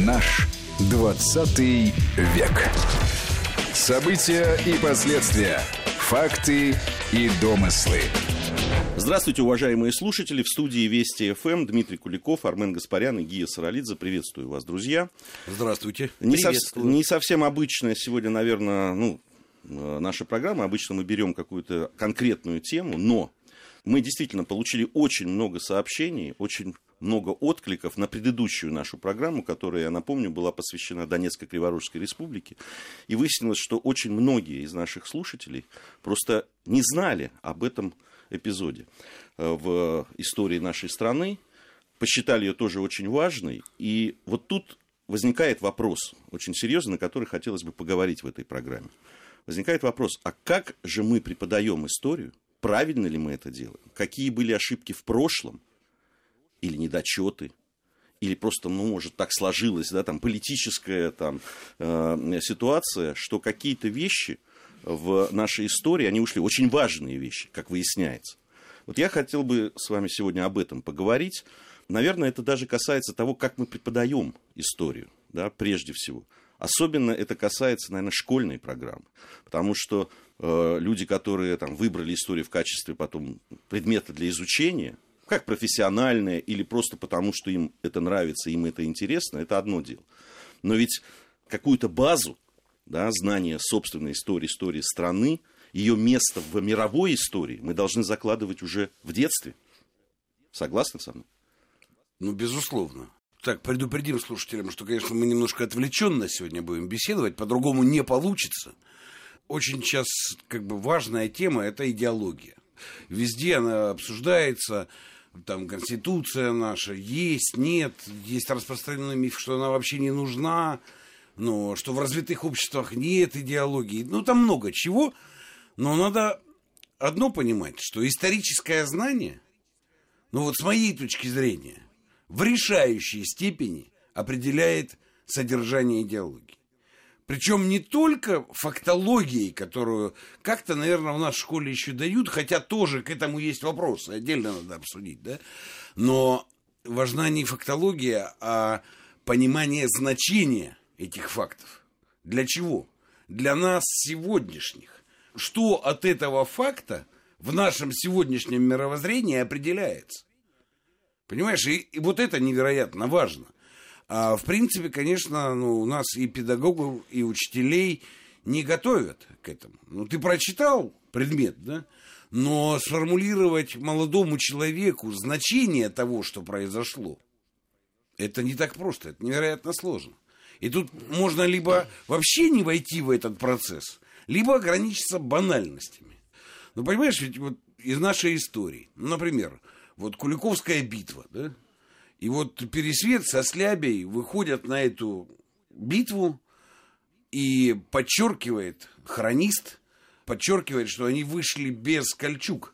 Наш 20 век. События и последствия. Факты и домыслы. Здравствуйте, уважаемые слушатели. В студии Вести ФМ Дмитрий Куликов, Армен Гаспарян и Гия Саралидзе. Приветствую вас, друзья. Здравствуйте. Не совсем обычная сегодня, наверное, наша программа. Обычно мы берем какую-то конкретную тему, но мы действительно получили очень много сообщений, очень много откликов на предыдущую нашу программу, которая, я напомню, была посвящена Донецкой Криворожской Республике. И выяснилось, что очень многие из наших слушателей просто не знали об этом эпизоде в истории нашей страны, посчитали ее тоже очень важной. И вот тут возникает вопрос, очень серьезный, на который хотелось бы поговорить в этой программе. Возникает вопрос, а как же мы преподаем историю? Правильно ли мы это делаем? Какие были ошибки в прошлом? Или недочеты? Или просто, может, так сложилась, политическая ситуация, что какие-то вещи в нашей истории, они ушли. Очень важные вещи, как выясняется. Вот я хотел бы с вами сегодня об этом поговорить. Наверное, это даже касается того, как мы преподаем историю, прежде всего. Особенно это касается, наверное, школьной программы. Потому что люди, которые выбрали историю в качестве потом предмета для изучения, как профессиональное или просто потому, что им это нравится, им это интересно, это одно дело. Но ведь какую-то базу, знания собственной истории страны, ее место в мировой истории мы должны закладывать уже в детстве. Согласны со мной? Безусловно. Так, предупредим слушателям, что, конечно, мы немножко отвлеченно сегодня будем беседовать, по-другому не получится. Очень сейчас важная тема – это идеология. Везде она обсуждается, Конституция наша есть, нет, есть распространенный миф, что она вообще не нужна, но что в развитых обществах нет идеологии. Там много чего, но надо одно понимать, что историческое знание, с моей точки зрения, в решающей степени определяет содержание идеологии. Причем не только фактологией, которую как-то, наверное, у нас в школе еще дают, хотя тоже к этому есть вопросы, отдельно надо обсудить, но важна не фактология, а понимание значения этих фактов. Для чего? Для нас сегодняшних. Что от этого факта в нашем сегодняшнем мировоззрении определяется? Понимаешь, и вот это невероятно важно. А в принципе, конечно, у нас и педагогов, и учителей не готовят к этому. Ты прочитал предмет, но сформулировать молодому человеку значение того, что произошло, это не так просто, это невероятно сложно. И тут можно либо вообще не войти в этот процесс, либо ограничиться банальностями. Понимаешь, ведь из нашей истории, например, Куликовская битва, и Пересвет со Слябей выходят на эту битву, и подчеркивает хронист, что они вышли без кольчуг.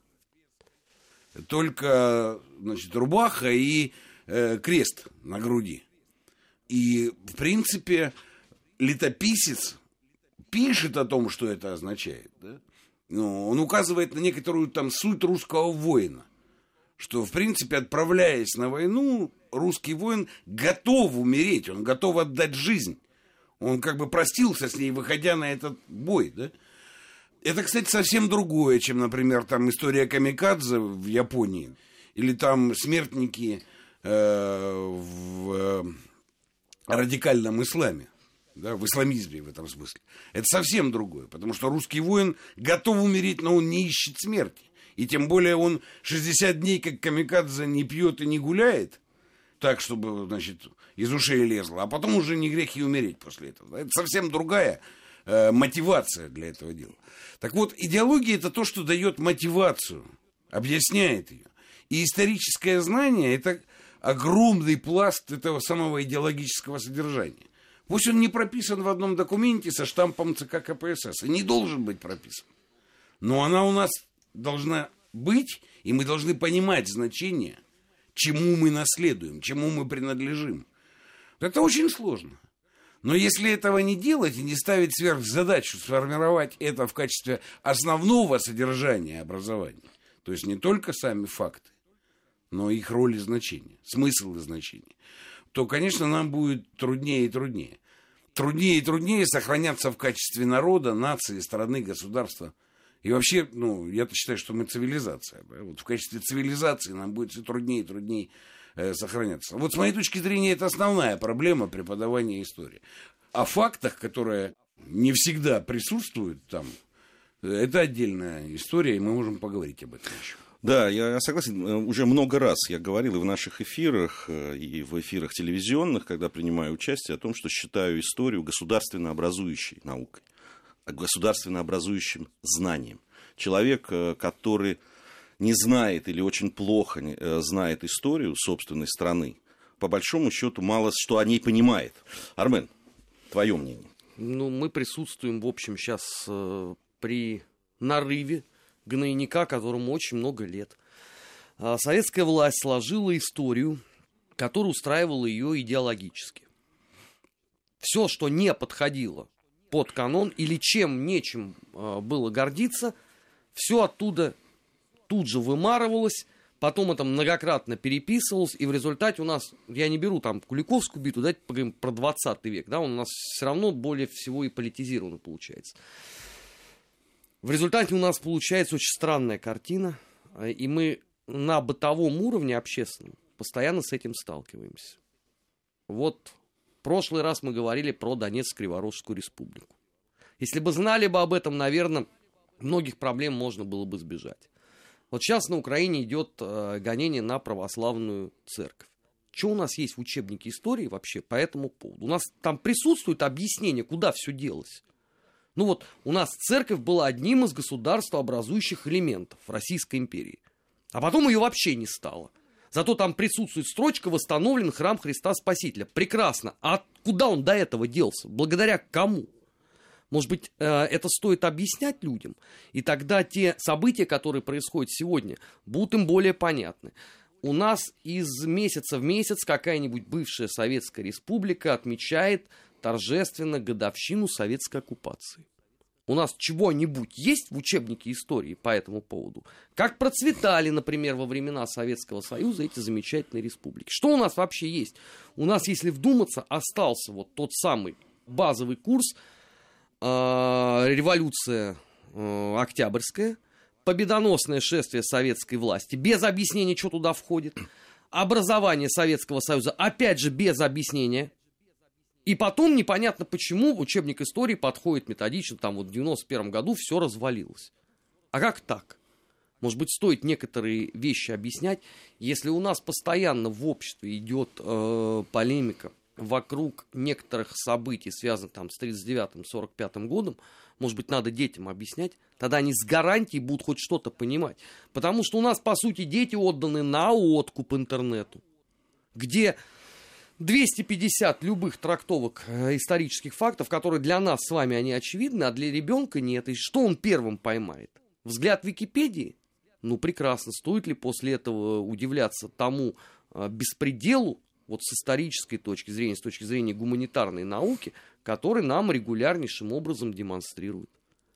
Только, рубаха и крест на груди. И, в принципе, летописец пишет о том, что это означает. Он указывает на некоторую суть русского воина. Что, в принципе, отправляясь на войну, русский воин готов умереть, он готов отдать жизнь. Он простился с ней, выходя на этот бой, Это, кстати, совсем другое, чем, например, история камикадзе в Японии, или смертники в радикальном исламе, в исламизме в этом смысле. Это совсем другое, потому что русский воин готов умереть, но он не ищет смерти. И тем более он 60 дней, как камикадзе, не пьет и не гуляет, так, чтобы, из ушей лезло, а потом уже не грех и умереть после этого. Это совсем другая мотивация для этого дела. Так вот, идеология – это то, что дает мотивацию, объясняет ее. И историческое знание – это огромный пласт этого самого идеологического содержания. Пусть он не прописан в одном документе со штампом ЦК КПСС, и не должен быть прописан. Но она у нас должна быть, и мы должны понимать значение, чему мы наследуем, чему мы принадлежим. Это очень сложно. Но если этого не делать и не ставить сверхзадачу сформировать это в качестве основного содержания образования, то есть не только сами факты, но их роль и значение, смысл и значение, то, конечно, нам будет труднее и труднее. Труднее и труднее сохраняться в качестве народа, нации, страны, государства. И вообще, я-то считаю, что мы цивилизация. Да? Вот в качестве цивилизации нам будет все труднее и труднее сохраняться. Вот с моей точки зрения, это основная проблема преподавания истории. О фактах, которые не всегда присутствуют там, это отдельная история, и мы можем поговорить об этом еще. Да, я согласен. Уже много раз я говорил и в наших эфирах, и в эфирах телевизионных, когда принимаю участие, о том, что считаю историю государственно образующей наукой, государственно образующим знанием. Человек, который не знает или очень плохо знает историю собственной страны, по большому счету мало что о ней понимает. Армен, твое мнение? Мы присутствуем, в общем, сейчас при нарыве гнойника, которому очень много лет. Советская власть сложила историю, которая устраивала ее идеологически. Все, что не подходило под канон или чем нечем было гордиться, все оттуда тут же вымарывалось, потом это многократно переписывалось, и в результате у нас, я не беру там Куликовскую битву, давайте поговорим про 20 век, да, он у нас все равно более всего и политизированно получается. В результате у нас получается очень странная картина, и мы на бытовом уровне общественном постоянно с этим сталкиваемся. Вот в прошлый раз мы говорили про Донецк-Криворожскую республику. Если бы знали бы об этом, наверное, многих проблем можно было бы избежать. Вот сейчас на Украине идет гонение на православную церковь. Что у нас есть в учебнике истории вообще по этому поводу? У нас там присутствует объяснение, куда все делось. У нас церковь была одним из государствообразующих элементов Российской империи. А потом ее вообще не стало. Зато там присутствует строчка «Восстановлен храм Христа Спасителя». Прекрасно. А куда он до этого делся? Благодаря кому? Может быть, это стоит объяснять людям? И тогда те события, которые происходят сегодня, будут им более понятны. У нас из месяца в месяц какая-нибудь бывшая Советская Республика отмечает торжественно годовщину советской оккупации. У нас чего-нибудь есть в учебнике истории по этому поводу? Как процветали, например, во времена Советского Союза эти замечательные республики? Что у нас вообще есть? У нас, если вдуматься, остался вот тот самый базовый курс революция Октябрьская, победоносное шествие советской власти, без объяснения, что туда входит, образование Советского Союза, опять же, без объяснения. И потом непонятно почему в учебник истории подходит методично, там вот в 91 году все развалилось. А как так? Может быть, стоит некоторые вещи объяснять, если у нас постоянно в обществе идет полемика вокруг некоторых событий, связанных там с 1939-1945 годом, может быть, надо детям объяснять, тогда они с гарантией будут хоть что-то понимать. Потому что у нас, по сути, дети отданы на откуп интернету, где 250 любых трактовок исторических фактов, которые для нас с вами они очевидны, а для ребенка нет. И что он первым поймает? Взгляд Википедии? Прекрасно. Стоит ли после этого удивляться тому беспределу, вот с исторической точки зрения, с точки зрения гуманитарной науки, который нам регулярнейшим образом демонстрирует?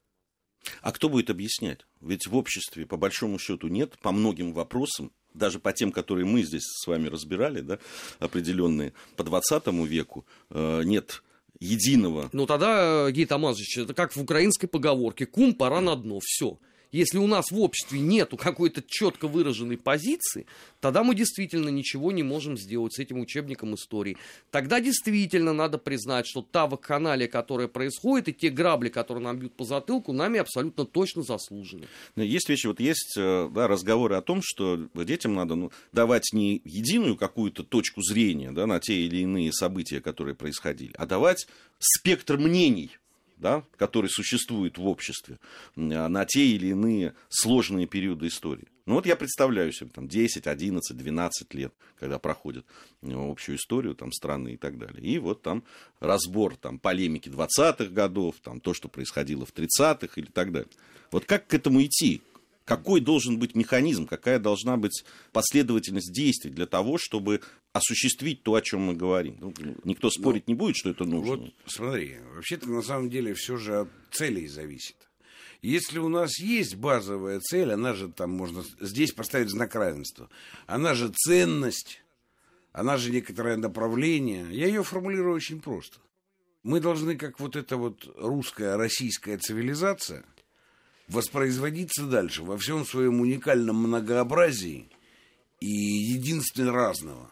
А кто будет объяснять? Ведь в обществе, по большому счету, нет по многим вопросам, даже по тем, которые мы здесь с вами разбирали, да, определенные, по 20 веку, нет единого. Тогда, Гей Томазович, это как в украинской поговорке: кум, пора на дно, все. Если у нас в обществе нету какой-то четко выраженной позиции, тогда мы действительно ничего не можем сделать с этим учебником истории. Тогда действительно надо признать, что та вакханалия, которая происходит, и те грабли, которые нам бьют по затылку, нами абсолютно точно заслужены. Есть вещи, есть разговоры о том, что детям надо давать не единую какую-то точку зрения, да, на те или иные события, которые происходили, а давать спектр мнений, да, который существует в обществе на те или иные сложные периоды истории. Я представляю себе, 10, 11, 12 лет, когда проходят общую историю страны и так далее. И вот там разбор полемики 20-х годов, то, что происходило в 30-х или так далее. Вот как к этому идти? Какой должен быть механизм, какая должна быть последовательность действий для того, чтобы осуществить то, о чем мы говорим? Никто спорить не будет, что это нужно. Вот смотри, вообще-то на самом деле все же от целей зависит. Если у нас есть базовая цель, она же там можно здесь поставить знак равенства, она же ценность, она же некоторое направление. Я ее формулирую очень просто. Мы должны, как вот эта вот русская, российская цивилизация, воспроизводиться дальше во всем своем уникальном многообразии и единственно разного.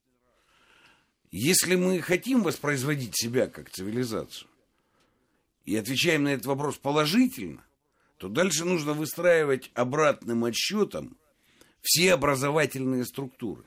Если мы хотим воспроизводить себя как цивилизацию и отвечаем на этот вопрос положительно, то дальше нужно выстраивать обратным отсчетом все образовательные структуры.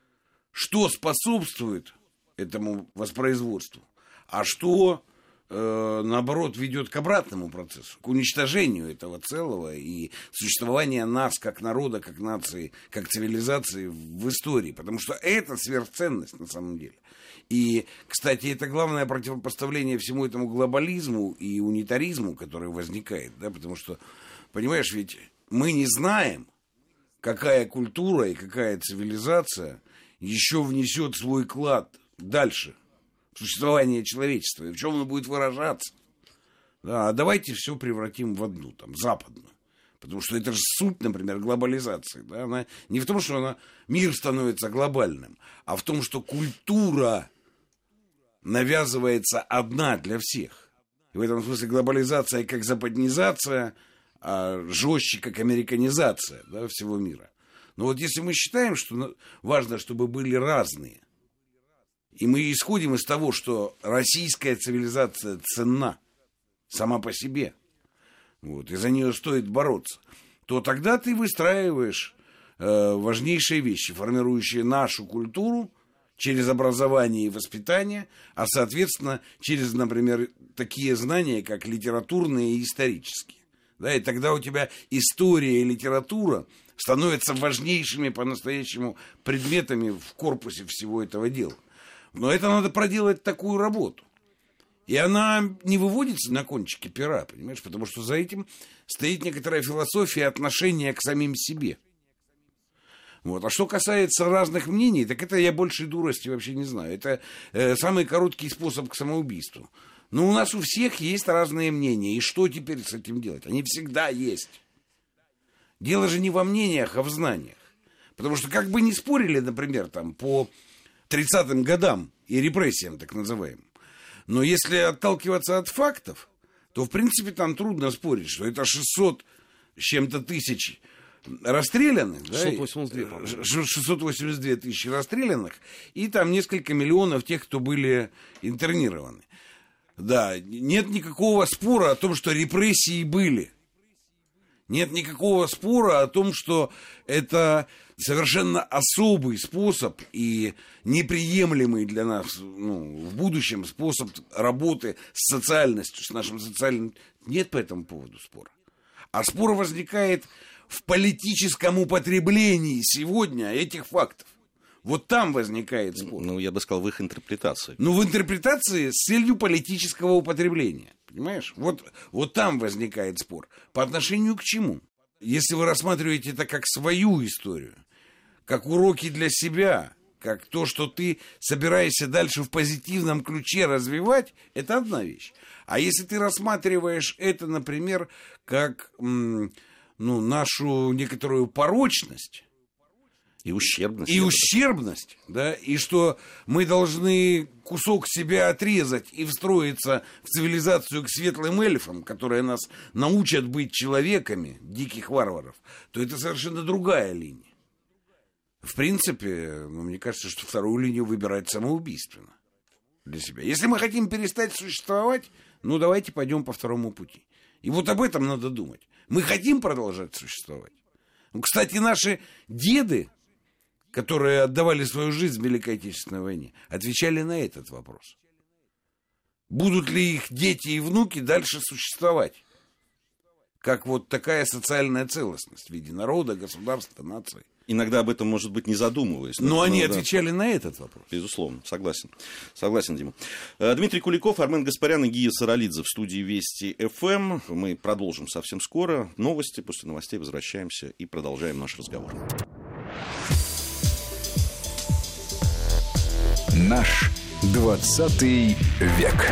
Что способствует этому воспроизводству, а что, наоборот, ведет к обратному процессу, к уничтожению этого целого и существования нас как народа, как нации, как цивилизации в истории. Потому что это сверхценность на самом деле. И, кстати, это главное противопоставление всему этому глобализму и унитаризму, который возникает. Да? Потому что, понимаешь, ведь мы не знаем, какая культура и какая цивилизация еще внесет свой вклад дальше в существование человечества, и в чем оно будет выражаться. Да, а давайте все превратим в одну, там, западную. Потому что это же суть, например, глобализации. Да? Она не в том, что мир становится глобальным, а в том, что культура навязывается одна для всех. И в этом смысле глобализация как западнизация, а жестче как американизация, да, всего мира. Но вот если мы считаем, что важно, чтобы были разные, и мы исходим из того, что российская цивилизация ценна сама по себе, вот, и за нее стоит бороться, то тогда ты выстраиваешь важнейшие вещи, формирующие нашу культуру через образование и воспитание, а, соответственно, через, например, такие знания, как литературные и исторические. Да, и тогда у тебя история и литература становятся важнейшими по-настоящему предметами в корпусе всего этого дела. Но это надо проделать такую работу. И она не выводится на кончике пера, понимаешь? Потому что за этим стоит некоторая философия отношения к самим себе. Вот. А что касается разных мнений, так это я большей дурости вообще не знаю. Это самый короткий способ к самоубийству. Но у нас у всех есть разные мнения. И что теперь с этим делать? Они всегда есть. Дело же не во мнениях, а в знаниях. Потому что как бы ни спорили, например, там, по 30-м годам и репрессиям, так называемым, но если отталкиваться от фактов, то, в принципе, там трудно спорить, что это 600 с чем-то тысяч расстрелянных, 682 тысячи расстрелянных, и там несколько миллионов тех, кто были интернированы. Да, нет никакого спора о том, что репрессии были. Нет никакого спора о том, что это совершенно особый способ и неприемлемый для нас в будущем способ работы с социальностью, с нашим социальным... Нет по этому поводу спора. А спор возникает в политическом употреблении сегодня этих фактов. Вот там возникает спор. Ну, я бы сказал, в их интерпретации. Ну, в интерпретации с целью политического употребления. Понимаешь? Вот там возникает спор. По отношению к чему? Если вы рассматриваете это как свою историю, как уроки для себя, как то, что ты собираешься дальше в позитивном ключе развивать, это одна вещь. А если ты рассматриваешь это, например, как нашу некоторую порочность, и ущербность. И ущербность, да, и что мы должны кусок себя отрезать и встроиться в цивилизацию к светлым эльфам, которые нас научат быть человеками, диких варваров, то это совершенно другая линия. В принципе, мне кажется, что вторую линию выбирать самоубийственно для себя. Если мы хотим перестать существовать, давайте пойдем по второму пути. И вот об этом надо думать. Мы хотим продолжать существовать. Кстати, наши деды, которые отдавали свою жизнь в Великой Отечественной войне, отвечали на этот вопрос. Будут ли их дети и внуки дальше существовать? Как вот такая социальная целостность в виде народа, государства, нации. Иногда об этом, может быть, не задумываясь. Но они отвечали на этот вопрос. Безусловно, согласен. Согласен, Дима. Дмитрий Куликов, Армен Гаспарян и Гия Саралидзе в студии Вести ФМ. Мы продолжим совсем скоро. Новости. После новостей возвращаемся и продолжаем наш разговор. Наш 20 век.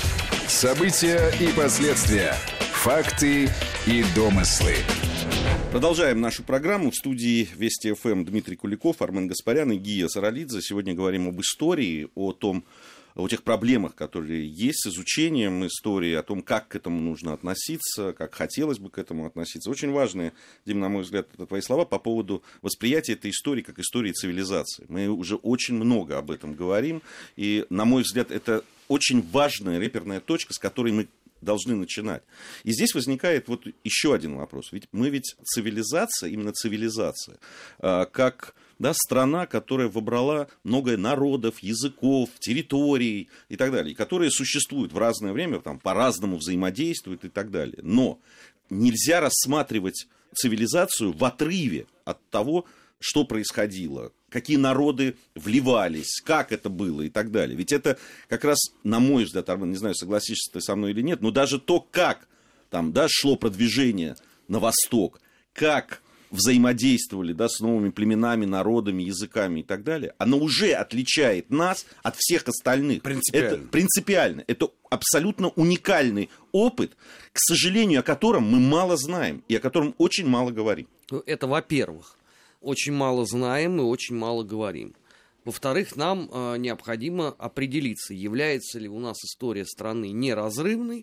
События и последствия. Факты и домыслы. Продолжаем нашу программу. В студии Вести ФМ Дмитрий Куликов, Армен Гаспарян и Гия Саралидзе. Сегодня говорим об истории, о тех проблемах, которые есть с изучением истории, о том, как к этому нужно относиться, как хотелось бы к этому относиться. Очень важные, Дим, на мой взгляд, это твои слова по поводу восприятия этой истории как истории цивилизации. Мы уже очень много об этом говорим, и, на мой взгляд, это очень важная реперная точка, с которой мы должны начинать. И здесь возникает вот еще один вопрос. Мы ведь цивилизация, именно цивилизация, как страна, которая вобрала много народов, языков, территорий и так далее, которые существуют в разное время, там, по-разному взаимодействуют и так далее. Но нельзя рассматривать цивилизацию в отрыве от того, что происходило, какие народы вливались, как это было и так далее. Ведь это как раз, на мой взгляд, Армен, не знаю, согласишься ты со мной или нет, но даже то, как там, шло продвижение на восток, как взаимодействовали с новыми племенами, народами, языками и так далее, оно уже отличает нас от всех остальных. Принципиально. Это абсолютно уникальный опыт, к сожалению, о котором мы мало знаем и о котором очень мало говорим. Это, во-первых. Очень мало знаем и очень мало говорим. Во-вторых, нам необходимо определиться, является ли у нас история страны неразрывной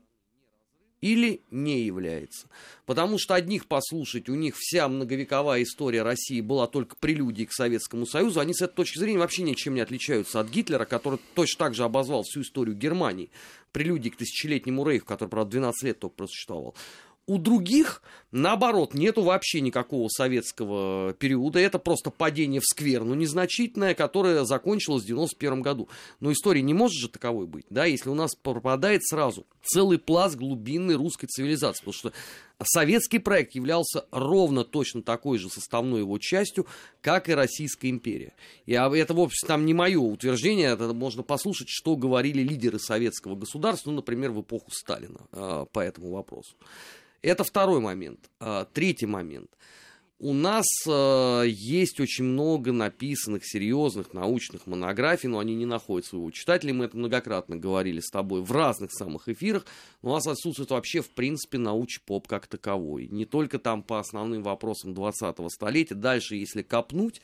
или не является. Потому что одних послушать, у них вся многовековая история России была только прелюдией к Советскому Союзу, они с этой точки зрения вообще ничем не отличаются от Гитлера, который точно так же обозвал всю историю Германии, прелюдией к тысячелетнему рейху, который, правда, 12 лет только просуществовал. У других, наоборот, нету вообще никакого советского периода. Это просто падение в скверну незначительное, которое закончилось в 91 году. Но история не может же таковой быть, если у нас пропадает сразу целый пласт глубинной русской цивилизации. Потому что советский проект являлся ровно точно такой же составной его частью, как и Российская империя. И это, в общем, там не мое утверждение, это можно послушать, что говорили лидеры советского государства, например, в эпоху Сталина по этому вопросу. Это второй момент. Третий момент. У нас есть очень много написанных серьезных научных монографий, но они не находят своего читателя. Мы это многократно говорили с тобой в разных самых эфирах. Но у нас отсутствует вообще, в принципе, научпоп как таковой. Не только там по основным вопросам 20-го столетия. Дальше, если копнуть,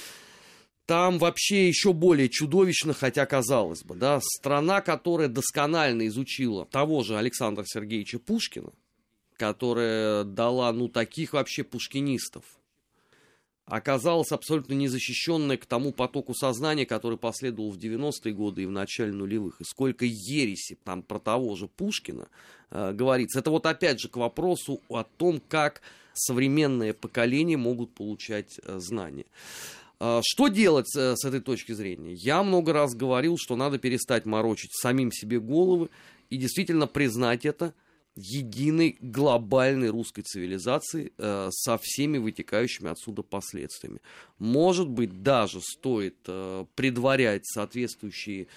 там вообще еще более чудовищно, хотя казалось бы. Страна, которая досконально изучила того же Александра Сергеевича Пушкина, которая дала, таких вообще пушкинистов, оказалась абсолютно незащищенной к тому потоку сознания, который последовал в 90-е годы и в начале нулевых. И сколько ереси там про того же Пушкина говорится. Это вот опять же к вопросу о том, как современное поколение могут получать знания. Что делать с этой точки зрения? Я много раз говорил, что надо перестать морочить самим себе головы и действительно признать это единой глобальной русской цивилизации со всеми вытекающими отсюда последствиями. Может быть, даже стоит предварять соответствующие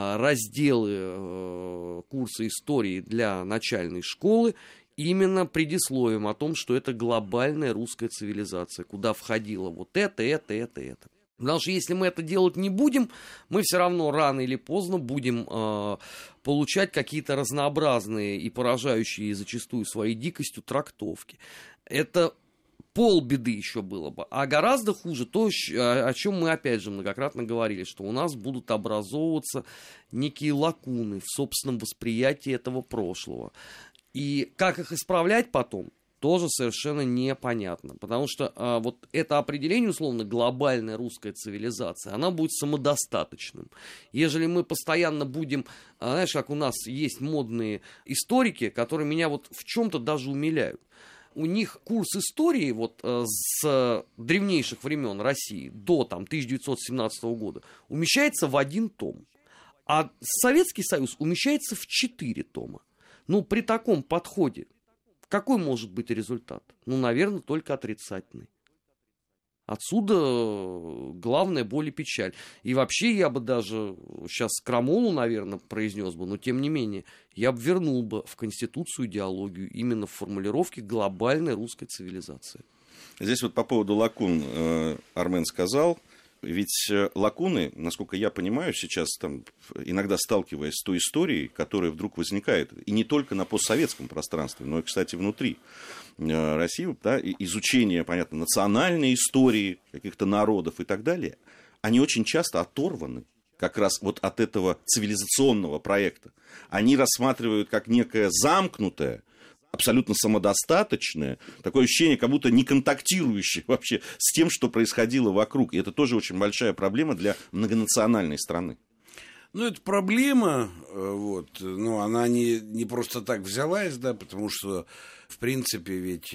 разделы курса истории для начальной школы именно предисловием о том, что это глобальная русская цивилизация, куда входило вот это. Потому что если мы это делать не будем, мы все равно рано или поздно будем получать какие-то разнообразные и поражающие зачастую своей дикостью трактовки. Это полбеды еще было бы. А гораздо хуже то, о чем мы опять же многократно говорили, что у нас будут образовываться некие лакуны в собственном восприятии этого прошлого. И как их исправлять потом, тоже совершенно непонятно. Потому что вот это определение, условно, глобальная русская цивилизация, она будет самодостаточным. Ежели мы постоянно будем, знаешь, как у нас есть модные историки, которые меня вот в чем-то даже умиляют. У них курс истории вот с древнейших времен России до 1917 года умещается в 1 том. А Советский Союз умещается в 4 тома. При таком подходе какой может быть результат? Наверное, только отрицательный. Отсюда главная боль и печаль. И вообще я бы даже сейчас крамолу, наверное, произнес бы, но тем не менее, я бы вернул бы в Конституцию идеологию именно в формулировке глобальной русской цивилизации. Здесь вот по поводу лакун Армен сказал, ведь лакуны, насколько я понимаю, сейчас там, иногда сталкиваясь с той историей, которая вдруг возникает, и не только на постсоветском пространстве, но и, кстати, внутри России, да, изучение, понятно, национальной истории каких-то народов и так далее, они очень часто оторваны как раз вот от этого цивилизационного проекта. Они рассматривают как некое замкнутое, абсолютно самодостаточное, такое ощущение, как будто не контактирующее вообще с тем, что происходило вокруг. И это тоже очень большая проблема для многонациональной страны. Ну, это проблема, вот, но она не просто так взялась, да, потому что, в принципе, ведь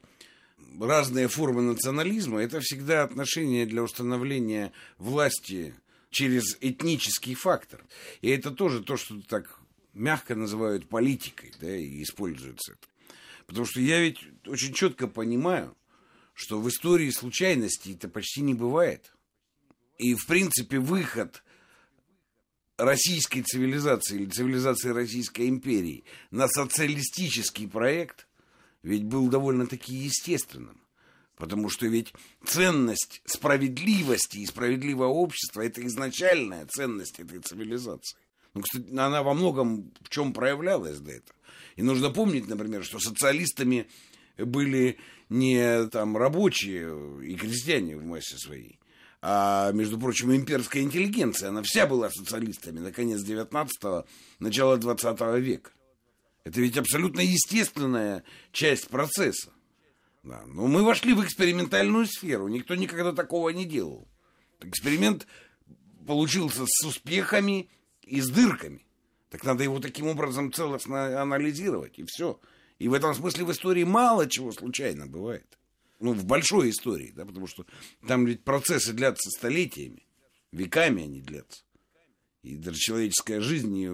разные формы национализма – это всегда отношение для установления власти через этнический фактор. И это тоже то, что так мягко называют политикой, да, и используется это. Потому что я ведь очень четко понимаю, что в истории случайностей это почти не бывает. И, в принципе, выход российской цивилизации или цивилизации Российской империи на социалистический проект ведь был довольно-таки естественным. Потому что ведь ценность справедливости и справедливого общества – это изначальная ценность этой цивилизации. Ну, кстати, она во многом в чем проявлялась до этого. И нужно помнить, например, что социалистами были не там рабочие и крестьяне в массе своей, а, между прочим, имперская интеллигенция. Она вся была социалистами на конец 19-го, начало 20 века. Это ведь абсолютно естественная часть процесса. Да. Но мы вошли в экспериментальную сферу. Никто никогда такого не делал. Эксперимент получился с успехами и с дырками. Так надо его таким образом целостно анализировать, и все. И в этом смысле в истории мало чего случайно бывает. Ну, в большой истории, да, потому что там ведь процессы длятся столетиями, веками они длятся. И даже человеческая жизнь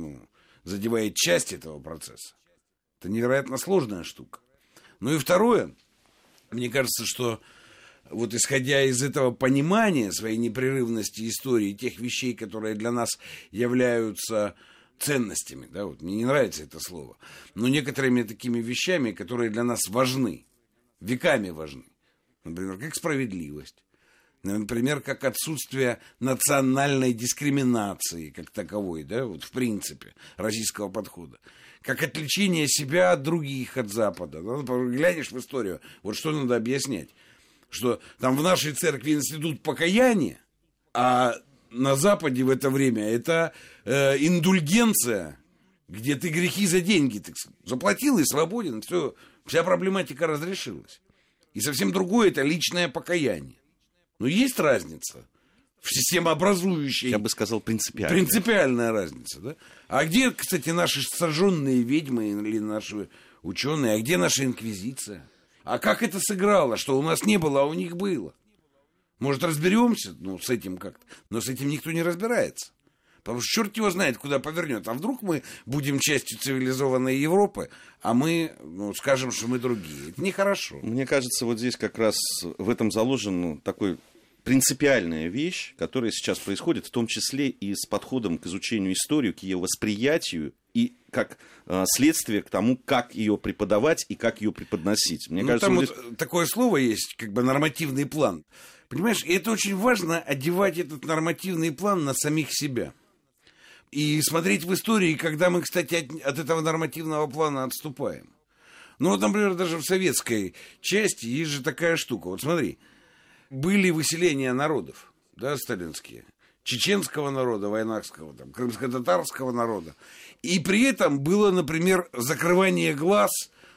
задевает часть этого процесса. Это невероятно сложная штука. Ну и второе, мне кажется, что вот исходя из этого понимания своей непрерывности истории, тех вещей, которые для нас являются ценностями, да, вот мне не нравится это слово, но некоторыми такими вещами, которые для нас важны, веками важны, например, как справедливость, например, как отсутствие национальной дискриминации как таковой, да, вот в принципе российского подхода, как отличение себя от других, от Запада. Да, глянешь в историю, вот что надо объяснять. Что там в нашей церкви институт покаяния, а на Западе в это время это индульгенция, где ты грехи за деньги так сказать, заплатил и свободен, все, вся проблематика разрешилась. И совсем другое это личное покаяние. Но есть разница в системообразующей. Я бы сказал, принципиальная. Принципиальная разница, да? А где, кстати, наши сожженные ведьмы или наши ученые, а где наша инквизиция? А как это сыграло, что у нас не было, а у них было? Может, разберемся, с этим как-то? Но с этим никто не разбирается. Потому что черт его знает, куда повернет. А вдруг мы будем частью цивилизованной Европы, а мы скажем, что мы другие. Это нехорошо. Мне кажется, вот здесь как раз в этом заложен такой принципиальная вещь, которая сейчас происходит, в том числе и с подходом к изучению истории, к ее восприятию и как следствие к тому, как ее преподавать и как ее преподносить. Мне кажется, там вот здесь... вот такое слово есть, как бы нормативный план. Понимаешь, и это очень важно, одевать этот нормативный план на самих себя. И смотреть в истории, когда мы, кстати, от этого нормативного плана отступаем. Ну вот, например, даже в советской части есть же такая штука. Вот смотри, были выселения народов, да, сталинские. Чеченского народа, войнахского, там, крымско-татарского народа. И при этом было, например, закрывание глаз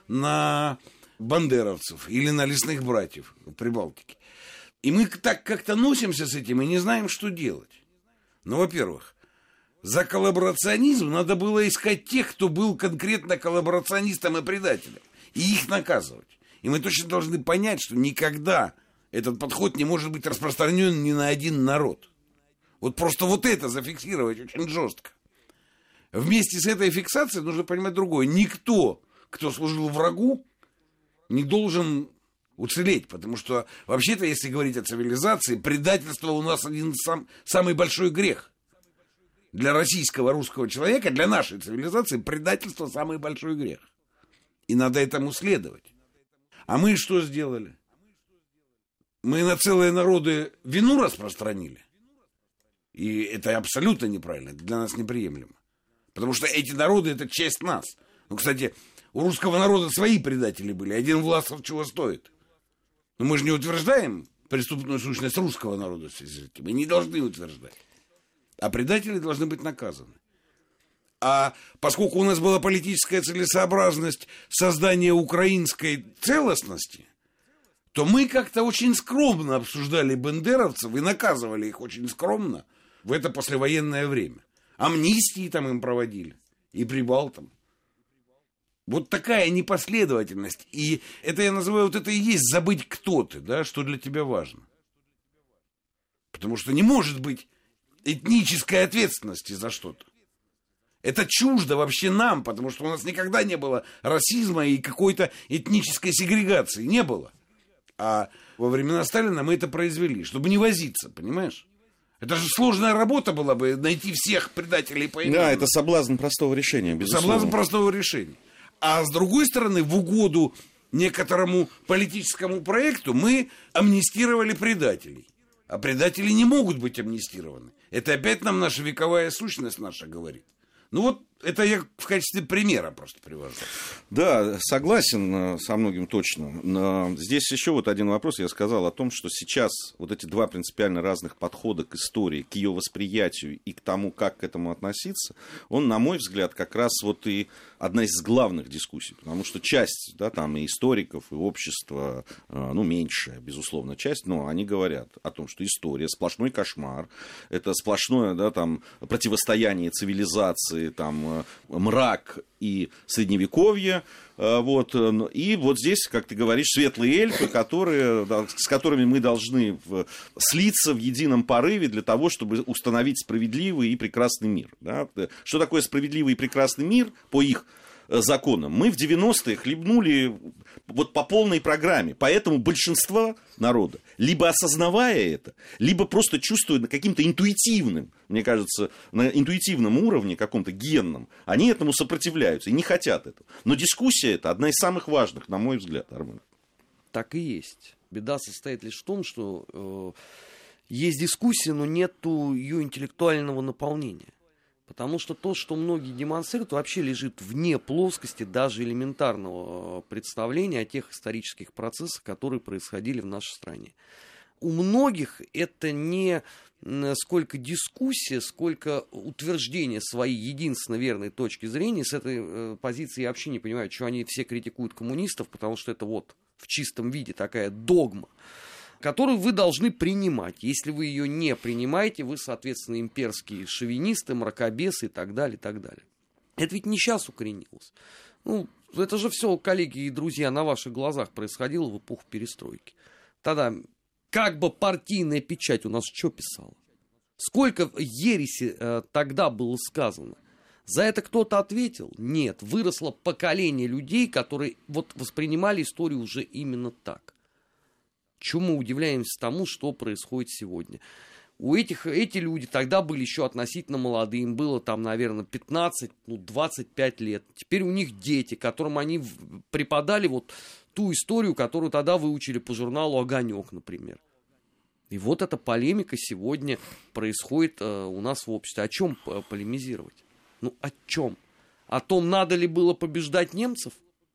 на бандеровцев или на лесных братьев в Прибалтике. И мы так как-то носимся с этим и не знаем, что делать. Ну, во-первых, за коллаборационизм надо было искать тех, кто был конкретно коллаборационистом и предателем, и их наказывать. И мы точно должны понять, что никогда этот подход не может быть распространен ни на один народ. Вот просто вот это зафиксировать очень жестко. Вместе с этой фиксацией нужно понимать другое. Никто, кто служил врагу, не должен уцелеть. Потому что, вообще-то, если говорить о цивилизации, предательство у нас самый большой грех. Для российского, русского человека, для нашей цивилизации предательство самый большой грех. И надо этому следовать. А мы что сделали? Мы на целые народы вину распространили. И это абсолютно неправильно, это для нас неприемлемо. Потому что эти народы — это часть нас. Ну, кстати, у русского народа свои предатели были. Один Власов чего стоит. Но мы же не утверждаем преступную сущность русского народа в связи с этим. Мы не должны утверждать. А предатели должны быть наказаны. А поскольку у нас была политическая целесообразность создания украинской целостности, то мы как-то очень скромно обсуждали бандеровцев и наказывали их очень скромно в это послевоенное время. Амнистии там им проводили. И прибалтам. Вот такая непоследовательность. И это я называю, вот это и есть забыть, кто ты, да, что для тебя важно. Потому что не может быть этнической ответственности за что-то. Это чуждо вообще нам, потому что у нас никогда не было расизма и какой-то этнической сегрегации. Не было. А во времена Сталина мы это произвели, чтобы не возиться, понимаешь? Это же сложная работа была бы, найти всех предателей по именам. Да, это соблазн простого решения, безусловно. Соблазн простого решения. А с другой стороны, в угоду некоторому политическому проекту мы амнистировали предателей. А предатели не могут быть амнистированы. Это опять нам наша вековая сущность наша говорит. Ну вот, это я в качестве примера просто привожу. Да, согласен со многим точно. Но здесь еще вот один вопрос. Я сказал о том, что сейчас вот эти два принципиально разных подхода к истории, к ее восприятию и к тому, как к этому относиться, он, на мой взгляд, как раз вот и одна из главных дискуссий. Потому что часть, да, там и историков, и общества, ну, меньшая, безусловно, часть, но они говорят о том, что история сплошной кошмар, это сплошное, да, там, противостояние цивилизации, там, мрак и средневековье, вот, и вот здесь, как ты говоришь, светлые эльфы, которые, да, с которыми мы должны слиться в едином порыве для того, чтобы установить справедливый и прекрасный мир. Да? Что такое справедливый и прекрасный мир по их законам? Мы в 90-е хлебнули вот по полной программе, поэтому большинство народа, либо осознавая это, либо просто чувствуя каким-то интуитивным, мне кажется, на интуитивном уровне, каком-то генном, они этому сопротивляются и не хотят этого. Но дискуссия эта одна из самых важных, на мой взгляд, Армен. Так и есть. Беда состоит лишь в том, что есть дискуссия, но нету ее интеллектуального наполнения. Потому что то, что многие демонстрируют, вообще лежит вне плоскости даже элементарного представления о тех исторических процессах, которые происходили в нашей стране. У многих это не сколько дискуссия, сколько утверждение своей единственно верной точки зрения. С этой позиции я вообще не понимаю, что они все критикуют коммунистов, потому что это вот в чистом виде такая догма, которую вы должны принимать. Если вы ее не принимаете, вы, соответственно, имперские шовинисты, мракобесы и так далее, и так далее. Это ведь не сейчас укоренилось. Ну, это же все, коллеги и друзья, на ваших глазах происходило в эпоху перестройки. Тогда как бы партийная печать у нас что писала? Сколько ереси тогда было сказано? За это кто-то ответил? Нет. Выросло поколение людей, которые вот воспринимали историю уже именно так. Чему мы удивляемся тому, что происходит сегодня? Эти люди тогда были еще относительно молодые, им было там, наверное, 15-25 лет. Теперь у них дети, которым они преподали вот ту историю, которую тогда выучили по журналу «Огонек», например. И вот эта полемика сегодня происходит у нас в обществе. О чем полемизировать? Ну, о чем? О том, надо ли было побеждать немцев?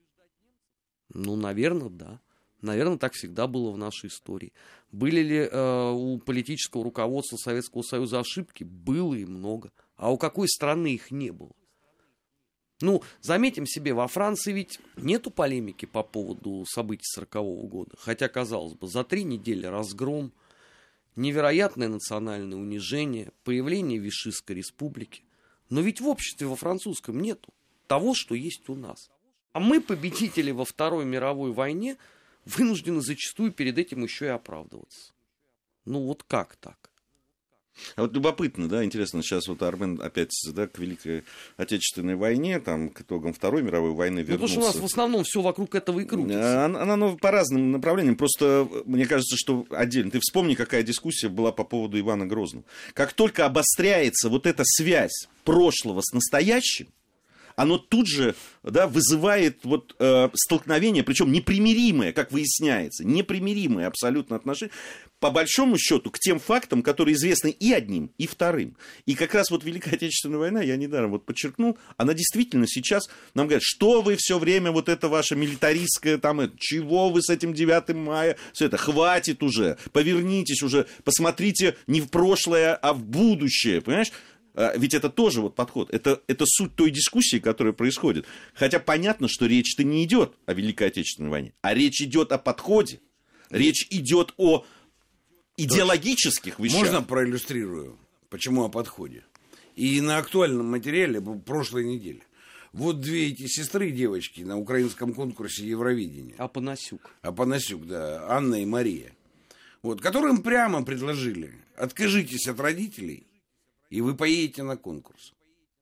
Ну, наверное, да. Наверное, так всегда было в нашей истории. Были ли у политического руководства Советского Союза ошибки? Было и много. А у какой страны их не было? Ну, заметим себе, во Франции ведь нету полемики по поводу событий 40-го года. Хотя, казалось бы, за 3 недели разгром, невероятное национальное унижение, появление Вишистской республики. Но ведь в обществе во французском нету того, что есть у нас. А мы, победители во Второй мировой войне, вынуждены зачастую перед этим еще и оправдываться. Ну вот как так? А вот любопытно, да, интересно, сейчас вот Армен опять, да, к Великой Отечественной войне, там, к итогам Второй мировой войны вернулся. Ну, потому что у нас в основном все вокруг этого и крутится. Оно по разным направлениям, просто мне кажется, что отдельно. Ты вспомни, какая дискуссия была по поводу Ивана Грозного. Как только обостряется вот эта связь прошлого с настоящим, оно тут же, да, вызывает вот, столкновение, причем непримиримое, как выясняется, непримиримое абсолютно отношение, по большому счету, к тем фактам, которые известны и одним, и вторым. И как раз вот Великая Отечественная война, я недаром вот подчеркнул, она действительно сейчас нам говорит, что вы все время, вот это ваше милитаристское, там, чего вы с этим 9 мая, все это, хватит уже, повернитесь уже, посмотрите не в прошлое, а в будущее, понимаешь? Ведь это тоже вот подход, это суть той дискуссии, которая происходит. Хотя понятно, что речь-то не идет о Великой Отечественной войне, а речь идет о подходе, речь идет о идеологических вещах. Можно проиллюстрирую, почему о подходе? И на актуальном материале прошлой недели. Вот две эти сестры, девочки, на украинском конкурсе Евровидения. Апанасюк, да, Анна и Мария. Вот, которым прямо предложили, откажитесь от родителей, и вы поедете на конкурс.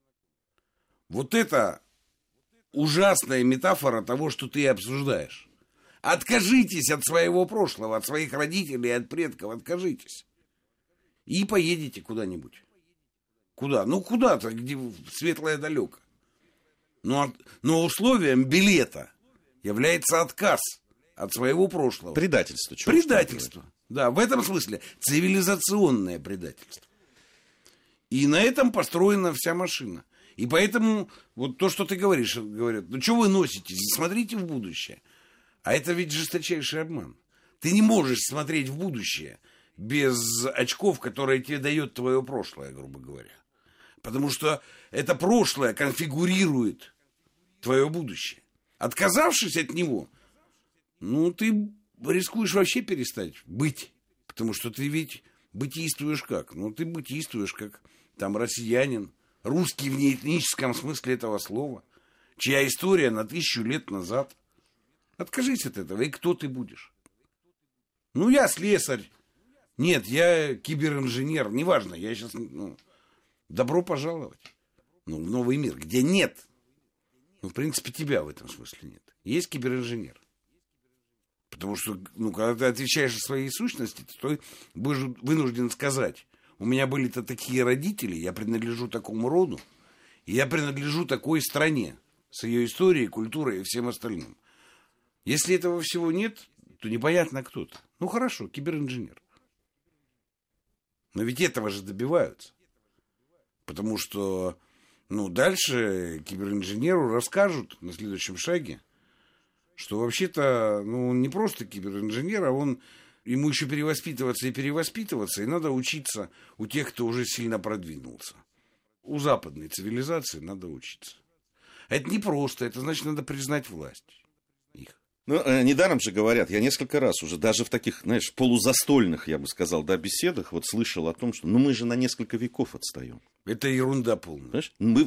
Вот это ужасная метафора того, что ты обсуждаешь. Откажитесь от своего прошлого, от своих родителей, от предков, откажитесь. И поедете куда-нибудь. Куда? Ну, куда-то, где светлое далеко. Но условием билета является отказ от своего прошлого. Предательство. Предательство. Да, в этом смысле цивилизационное предательство. И на этом построена вся машина. И поэтому вот то, что ты говоришь, говорят, ну что вы носитесь, смотрите в будущее. А это ведь жесточайший обман. Ты не можешь смотреть в будущее без очков, которые тебе дает твое прошлое, грубо говоря. Потому что это прошлое конфигурирует твое будущее. Отказавшись от него, ну, ты рискуешь вообще перестать быть. Потому что ты ведь бытийствуешь как? Ну, ты бытийствуешь как там россиянин, русский в неэтническом смысле этого слова, чья история на 1000 лет назад. Откажись от этого, и кто ты будешь? Ну, я слесарь. Нет, я киберинженер. Неважно, я сейчас... добро пожаловать в новый мир, где нет. В принципе, тебя в этом смысле нет. Есть киберинженер. Потому что, когда ты отвечаешь о своей сущности, то ты будешь вынужден сказать, у меня были-то такие родители, я принадлежу такому роду, и я принадлежу такой стране с ее историей, культурой и всем остальным. Если этого всего нет, то непонятно кто ты. Ну, хорошо, киберинженер. Но ведь этого же добиваются. Потому что, дальше киберинженеру расскажут на следующем шаге, что вообще-то, он не просто киберинженер, а ему еще перевоспитываться, и надо учиться у тех, кто уже сильно продвинулся. У западной цивилизации надо учиться. Это не просто, это значит, надо признать власть их. Недаром же говорят, я несколько раз уже, даже в таких, полузастольных, я бы сказал, беседах, слышал о том, что мы же на несколько веков отстаем. Это ерунда полная.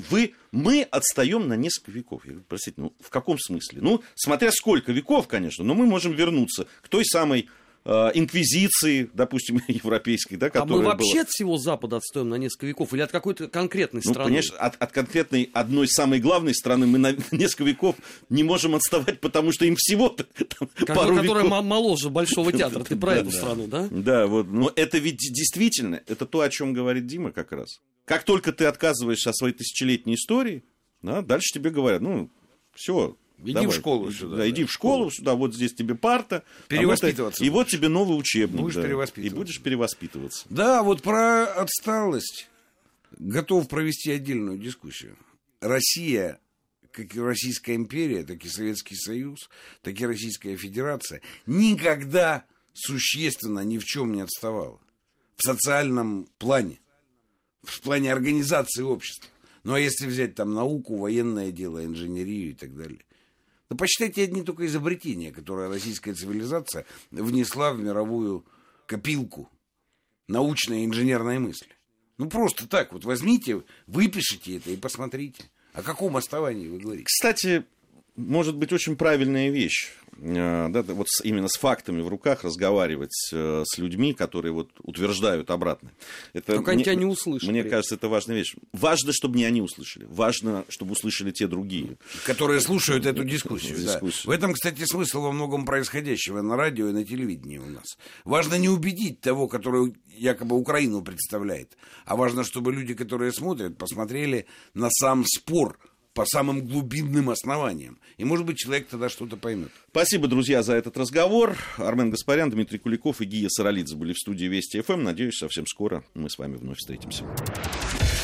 Мы отстаем на несколько веков. Я говорю, простите, в каком смысле? Смотря сколько веков, конечно, но мы можем вернуться к той самой инквизиции, допустим, европейской, да, которая мы вообще была... от всего Запада отстаем на несколько веков или от какой-то конкретной страны? Понимаешь, от конкретной одной самой главной страны мы на несколько веков не можем отставать, потому что им всего-то пару веков. Которая моложе Большого театра. Ты про эту страну, да? Да, но это ведь действительно, это то, о чем говорит Дима как раз. Как только ты отказываешься от своей тысячелетней истории, дальше тебе говорят, все... Иди в школу сюда. Да, иди в школу сюда, вот здесь тебе парта. Перевоспитываться. И вот тебе новый учебник. Будешь перевоспитываться. И будешь перевоспитываться. Да, вот про отсталость готов провести отдельную дискуссию. Россия, как и Российская империя, так и Советский Союз, так и Российская Федерация, никогда существенно ни в чем не отставала. В социальном плане. В плане организации общества. Ну, а если взять там науку, военное дело, инженерию и так далее. Да посчитайте одни только изобретения, которые российская цивилизация внесла в мировую копилку научной и инженерной мысли. Просто так вот возьмите, выпишите это и посмотрите. О каком основании вы говорите? Кстати, может быть очень правильная вещь. Вот именно с фактами в руках разговаривать с людьми, которые утверждают обратно. Только они тебя не услышат. Мне кажется, это важная вещь. Важно, чтобы не они услышали. Важно, чтобы услышали те другие. Которые слушают эту дискуссию. Да. В этом, кстати, смысл во многом происходящего на радио и на телевидении у нас. Важно не убедить того, который якобы Украину представляет. А важно, чтобы люди, которые смотрят, посмотрели на сам спор по самым глубинным основаниям. И, может быть, человек тогда что-то поймет. Спасибо, друзья, за этот разговор. Армен Гаспарян, Дмитрий Куликов и Гия Саралидзе были в студии Вести ФМ. Надеюсь, совсем скоро мы с вами вновь встретимся.